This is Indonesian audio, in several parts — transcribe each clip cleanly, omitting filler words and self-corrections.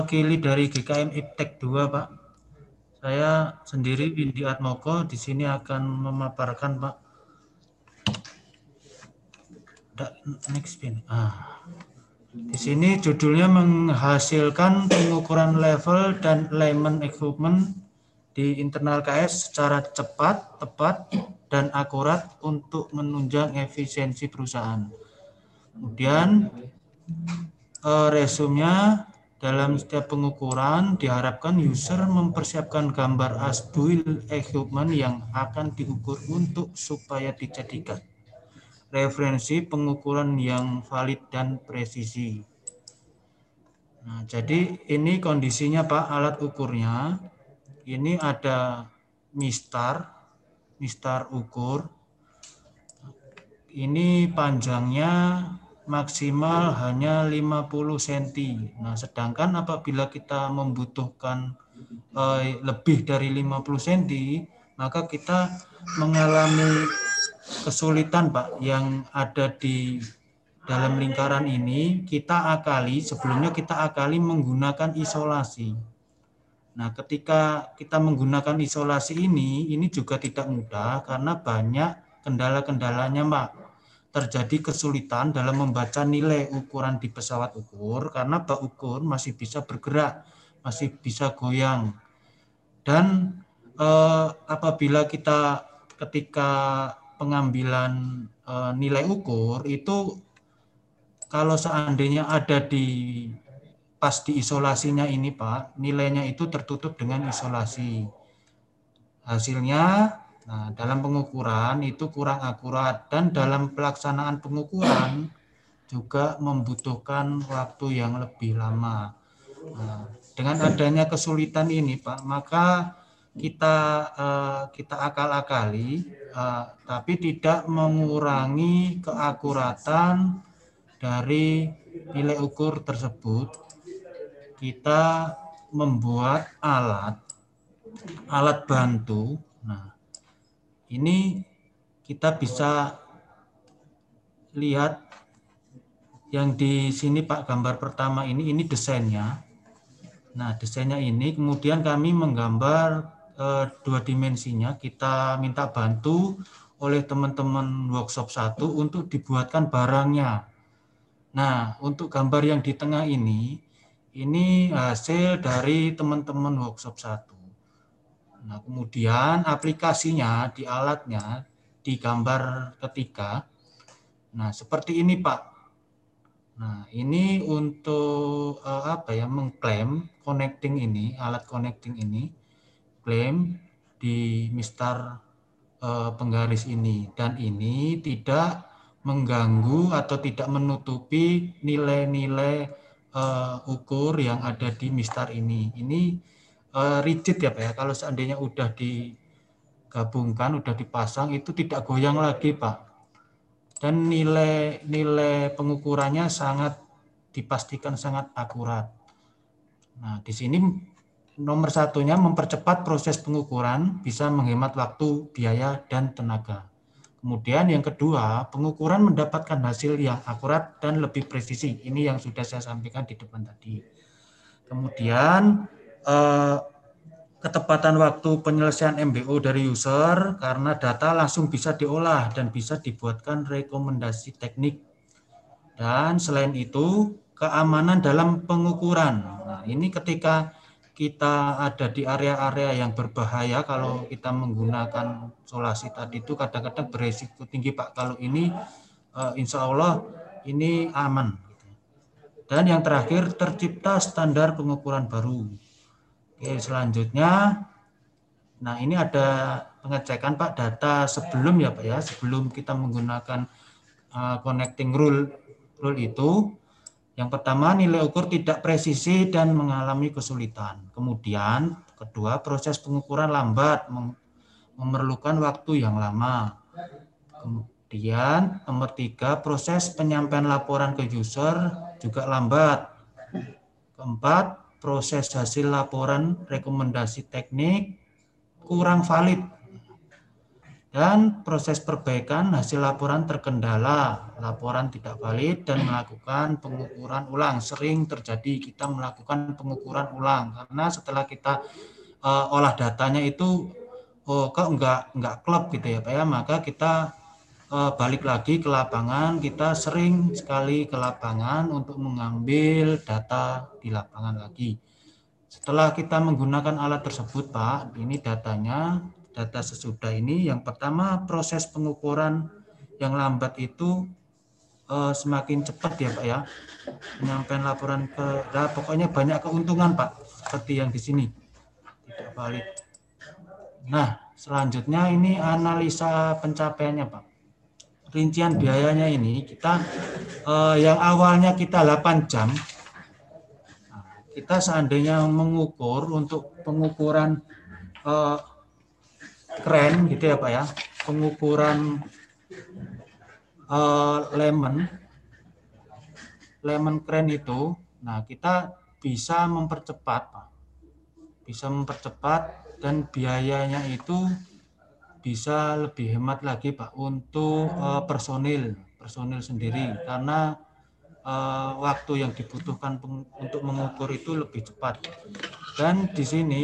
mewakili dari GKM Iptek 2, Pak. Saya sendiri Windy Atmoko di sini akan memaparkan, Pak. Next pin. Di sini judulnya menghasilkan pengukuran level dan alignment equipment di internal KS secara cepat, tepat, dan akurat untuk menunjang efisiensi perusahaan. Kemudian resumenya, dalam setiap pengukuran diharapkan user mempersiapkan gambar as-built equipment yang akan diukur untuk supaya dijadikan referensi pengukuran yang valid dan presisi. Nah, jadi ini kondisinya, Pak, alat ukurnya. Ini ada mistar ukur. Ini panjangnya maksimal hanya 50 cm. Nah, sedangkan apabila kita membutuhkan lebih dari 50 cm, maka kita mengalami kesulitan, Pak, yang ada di dalam lingkaran ini. Sebelumnya kita akali menggunakan isolasi. Nah, ketika kita menggunakan isolasi ini juga tidak mudah karena banyak kendala-kendalanya, Pak. Terjadi kesulitan dalam membaca nilai ukuran di pesawat ukur karena bak ukur masih bisa bergerak, masih bisa goyang. Dan apabila ketika pengambilan nilai ukur itu, kalau seandainya ada pas di isolasinya ini, Pak, nilainya itu tertutup dengan isolasi. Hasilnya, dalam pengukuran itu kurang akurat dan dalam pelaksanaan pengukuran juga membutuhkan waktu yang lebih lama. Nah, dengan adanya kesulitan ini, Pak, maka kita akal-akali, tapi tidak mengurangi keakuratan dari nilai ukur tersebut. Kita membuat alat bantu. Nah, ini kita bisa lihat yang di sini, Pak, gambar pertama ini desainnya. Nah, desainnya ini kemudian kami menggambar dua dimensinya. Kita minta bantu oleh teman-teman workshop 1 untuk dibuatkan barangnya. Nah, untuk gambar yang di tengah ini hasil dari teman-teman workshop 1. Nah, kemudian aplikasinya di alatnya di gambar ketiga. Nah, seperti ini, Pak. Nah, ini untuk mengklaim connecting ini, alat connecting ini, klaim di mistar penggaris ini, dan ini tidak mengganggu atau tidak menutupi nilai-nilai ukur yang ada di mistar ini. Ini rigid ya, Pak ya. Kalau seandainya udah digabungkan, udah dipasang, itu tidak goyang lagi, Pak. Dan nilai pengukurannya dipastikan sangat akurat. Nah, di sini nomor satunya mempercepat proses pengukuran, bisa menghemat waktu, biaya, dan tenaga. Kemudian yang kedua, pengukuran mendapatkan hasil yang akurat dan lebih presisi. Ini yang sudah saya sampaikan di depan tadi. Kemudian ketepatan waktu penyelesaian MBO dari user karena data langsung bisa diolah dan bisa dibuatkan rekomendasi teknik. Dan selain itu, keamanan dalam pengukuran. Nah, ini ketika kita ada di area-area yang berbahaya, kalau kita menggunakan isolasi tadi itu kadang-kadang beresiko tinggi, Pak. Kalau ini insya Allah ini aman. Dan yang terakhir, tercipta standar pengukuran baru. Oke, selanjutnya, nah ini ada pengecekan, Pak, data sebelum ya, Pak ya, sebelum kita menggunakan connecting rule itu. Yang pertama, nilai ukur tidak presisi dan mengalami kesulitan. Kemudian, kedua, proses pengukuran lambat, memerlukan waktu yang lama. Kemudian, nomor 3, proses penyampaian laporan ke user juga lambat. Keempat, proses hasil laporan rekomendasi teknik kurang valid. Dan proses perbaikan hasil laporan terkendala, laporan tidak valid dan melakukan pengukuran ulang. Sering terjadi kita melakukan pengukuran ulang karena setelah kita olah datanya itu kok enggak klop gitu ya Pak ya, maka kita balik lagi ke lapangan. Kita sering sekali ke lapangan untuk mengambil data di lapangan lagi. Setelah kita menggunakan alat tersebut, Pak, ini datanya, data sesudah ini, yang pertama proses pengukuran yang lambat itu semakin cepat ya, Pak ya. Penyampaian laporan pokoknya banyak keuntungan, Pak, seperti yang di sini. Tidak valid. Nah, selanjutnya ini analisa pencapaiannya, Pak. Rincian biayanya ini kita yang awalnya kita 8 jam, kita seandainya mengukur untuk pengukuran kren gitu ya Pak ya, pengukuran lemon kren itu, nah kita bisa mempercepat Pak, bisa mempercepat dan biayanya itu bisa lebih hemat lagi Pak untuk personil sendiri karena waktu yang dibutuhkan untuk mengukur itu lebih cepat. Dan di sini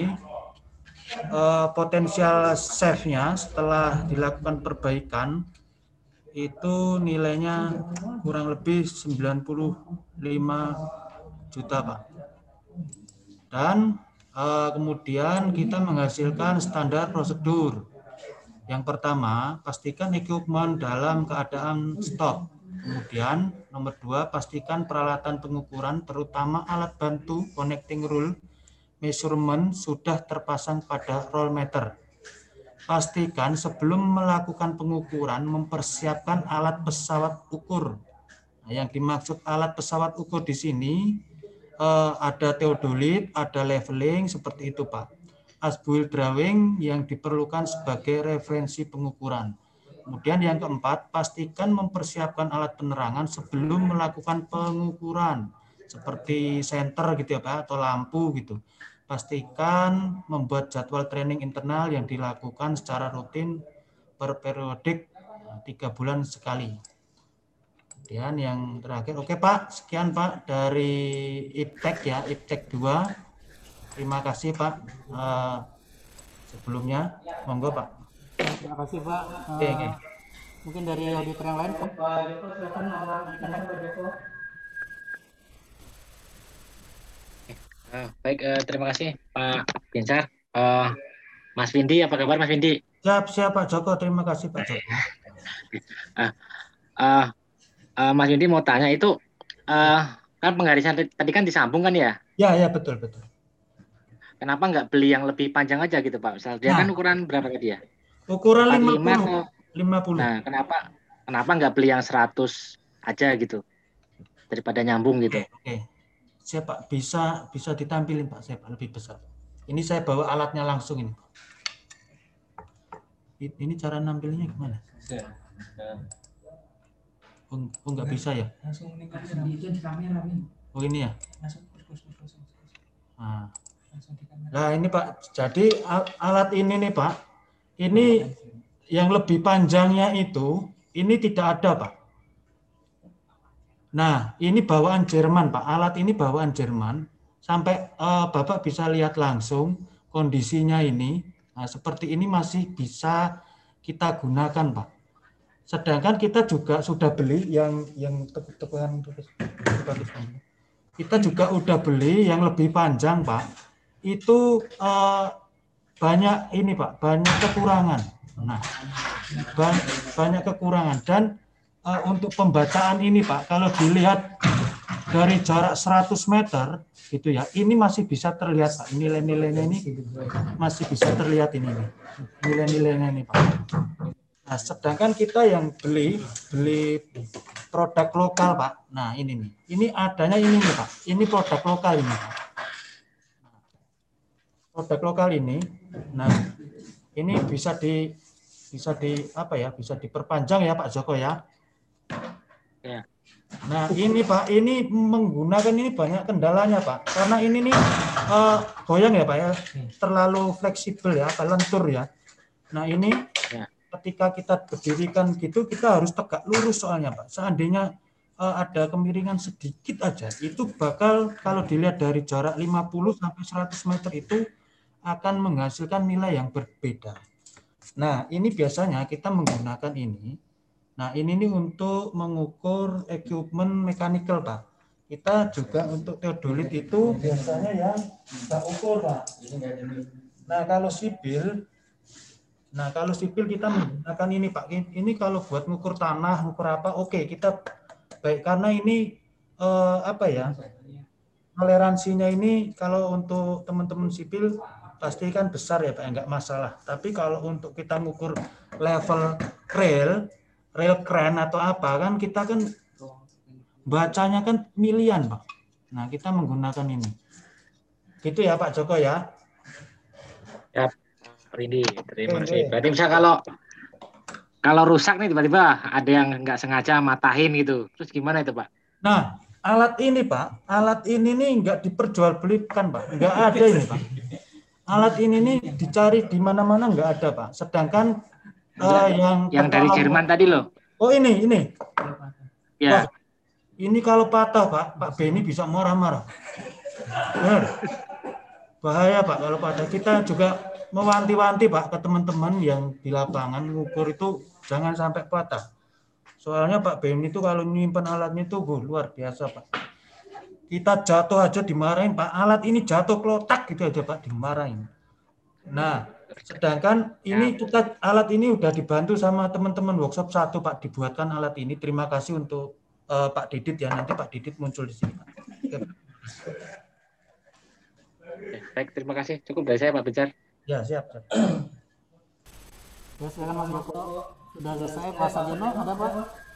potensial save-nya setelah dilakukan perbaikan itu nilainya kurang lebih 95 juta Pak. Dan kemudian kita menghasilkan standar prosedur. Yang pertama, pastikan equipment dalam keadaan stop. Kemudian, nomor 2, pastikan peralatan pengukuran terutama alat bantu connecting rule measurement sudah terpasang pada roll meter. Pastikan sebelum melakukan pengukuran mempersiapkan alat pesawat ukur. Nah, yang dimaksud alat pesawat ukur di sini ada theodolit, ada leveling seperti itu Pak. As-built drawing yang diperlukan sebagai referensi pengukuran. Kemudian yang keempat, pastikan mempersiapkan alat penerangan sebelum melakukan pengukuran seperti senter gitu ya Pak atau lampu gitu. Pastikan membuat jadwal training internal yang dilakukan secara rutin per periodik 3 bulan sekali. Kemudian yang terakhir, oke Pak, sekian Pak dari IPTEK ya, IPTEK 2. Terima kasih Pak. Sebelumnya, monggo Pak. Terima kasih Pak. Oke. Mungkin dari auditor yang lain Pak. Baik, terima kasih Pak Binsar. Mas Vindi, apa kabar Mas Vindi? Siap Pak Joko, terima kasih Pak Joko. Mas Vindi mau tanya itu, kan penggarisan tadi kan disambung kan ya? Ya betul. Kenapa nggak beli yang lebih panjang aja gitu Pak? Misal dia kan ukuran berapa tadi ya? Ukuran 45 50. Nah, kenapa nggak beli yang 100 aja gitu? Daripada nyambung gitu. Oke. Siap Pak, bisa ditampilin Pak, saya lebih besar. Ini saya bawa alatnya langsung ini. Ini cara nampilnya gimana? Oh nggak bisa ya? Langsung itu di kamera Win. Oh ini ya? Langsung. Nah ini Pak, jadi alat ini nih Pak, ini yang lebih panjangnya itu, ini tidak ada Pak. Nah ini bawaan Jerman Pak, alat ini bawaan Jerman, sampai Bapak bisa lihat langsung kondisinya ini, nah seperti ini masih bisa kita gunakan Pak. Sedangkan kita juga sudah beli yang tekan kita juga udah beli yang lebih panjang Pak. Itu banyak ini Pak, banyak kekurangan. Nah, banyak kekurangan dan untuk pembacaan ini Pak, kalau dilihat dari jarak 100 meter gitu ya, ini masih bisa terlihat Pak. Nilai-nilainya ini masih bisa terlihat ini nih. Nilai-nilainya ini Pak. Nah, sedangkan kita yang beli produk lokal Pak. Nah, ini nih. Ini adanya ini nih Pak. Ini produk lokal ini Pak. Produk lokal ini. Nah, ini bisa diperpanjang ya Pak Joko ya. Ya. Nah, ini Pak, ini menggunakan ini banyak kendalanya Pak. Karena ini nih goyang ya Pak ya. Terlalu fleksibel ya, lentur ya. Nah, ini ketika kita berdirikan gitu kita harus tegak lurus soalnya Pak. Seandainya ada kemiringan sedikit aja, itu bakal kalau dilihat dari jarak 50 sampai 100 meter itu akan menghasilkan nilai yang berbeda. Nah, ini biasanya kita menggunakan ini. Nah, ini nih untuk mengukur equipment mechanical, Pak. Kita juga untuk teodolit itu biasanya yang kita ukur, Pak. Nah, kalau sipil kita menggunakan ini, Pak. Ini kalau buat ngukur tanah, ngukur apa, oke, kita baik karena ini toleransinya ini kalau untuk teman-teman sipil pasti kan besar ya Pak, enggak masalah. Tapi kalau untuk kita ngukur level rel kren atau apa kan kita kan bacanya kan milian Pak. Nah kita menggunakan ini. Gitu ya Pak Joko ya. Ya, Rindi, terima kasih. Berarti bisa kalau rusak nih tiba-tiba ada yang nggak sengaja matahin gitu, terus gimana itu Pak? Nah, alat ini nih nggak diperjualbelikan Pak, nggak ada ini Pak. Alat ini nih dicari di mana-mana nggak ada Pak. Sedangkan yang dari Jerman tadi loh. Oh ini. Ya. Wah, ini kalau patah Pak Beni bisa marah-marah. Bahaya Pak kalau patah. Kita juga mewanti-wanti Pak ke teman-teman yang di lapangan ngukur itu jangan sampai patah. Soalnya Pak Beni itu kalau nyimpen alatnya itu luar biasa Pak. Kita jatuh aja dimarahin Pak. Alat ini jatuh klotak gitu aja Pak dimarahin. Nah, sedangkan ini alat ini udah dibantu sama teman-teman workshop 1 Pak dibuatkan alat ini. Terima kasih untuk Pak Didit ya. Nanti Pak Didit muncul di sini Pak. Baik, terima kasih. Cukup dari saya Pak Bicar. Ya, siap. Ya, silakan Mas Joko. Sudah selesai. Pak Sarjono ada Pak?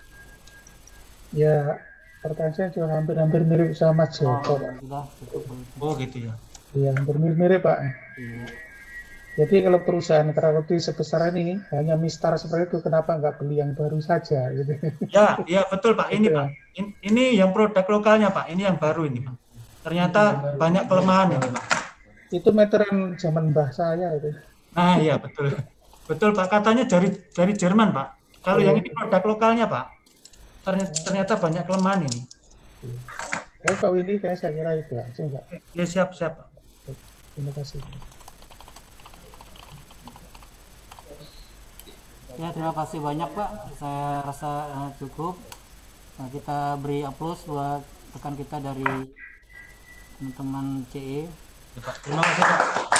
Ya, pertanyaan saya juga hampir mirip sama Mas Joko. Sudah cukup. Oh gitu ya. Iya, hampir mirip Pak. Iya. Jadi kalau perusahaan teknologi sebesar ini hanya mistar seperti itu, kenapa nggak beli yang baru saja? Gitu. Ya betul Pak. Ini Pak. Ini yang produk lokalnya Pak. Ini yang baru ini Pak. Ternyata banyak kelemahan ini Pak. Itu meteran zaman mbah saya itu. Nah iya betul. Betul Pak. Katanya dari Jerman Pak. Kalau yang ini produk lokalnya Pak. Ternyata banyak kelemahan ini. Pak Windy, saya kira itu aja enggak. Ya siap. Terima kasih. Ya, terima kasih banyak Pak. Saya rasa cukup. Nah, kita beri aplaus buat rekan kita dari teman-teman CE. Ya, Pak. Terima kasih Pak.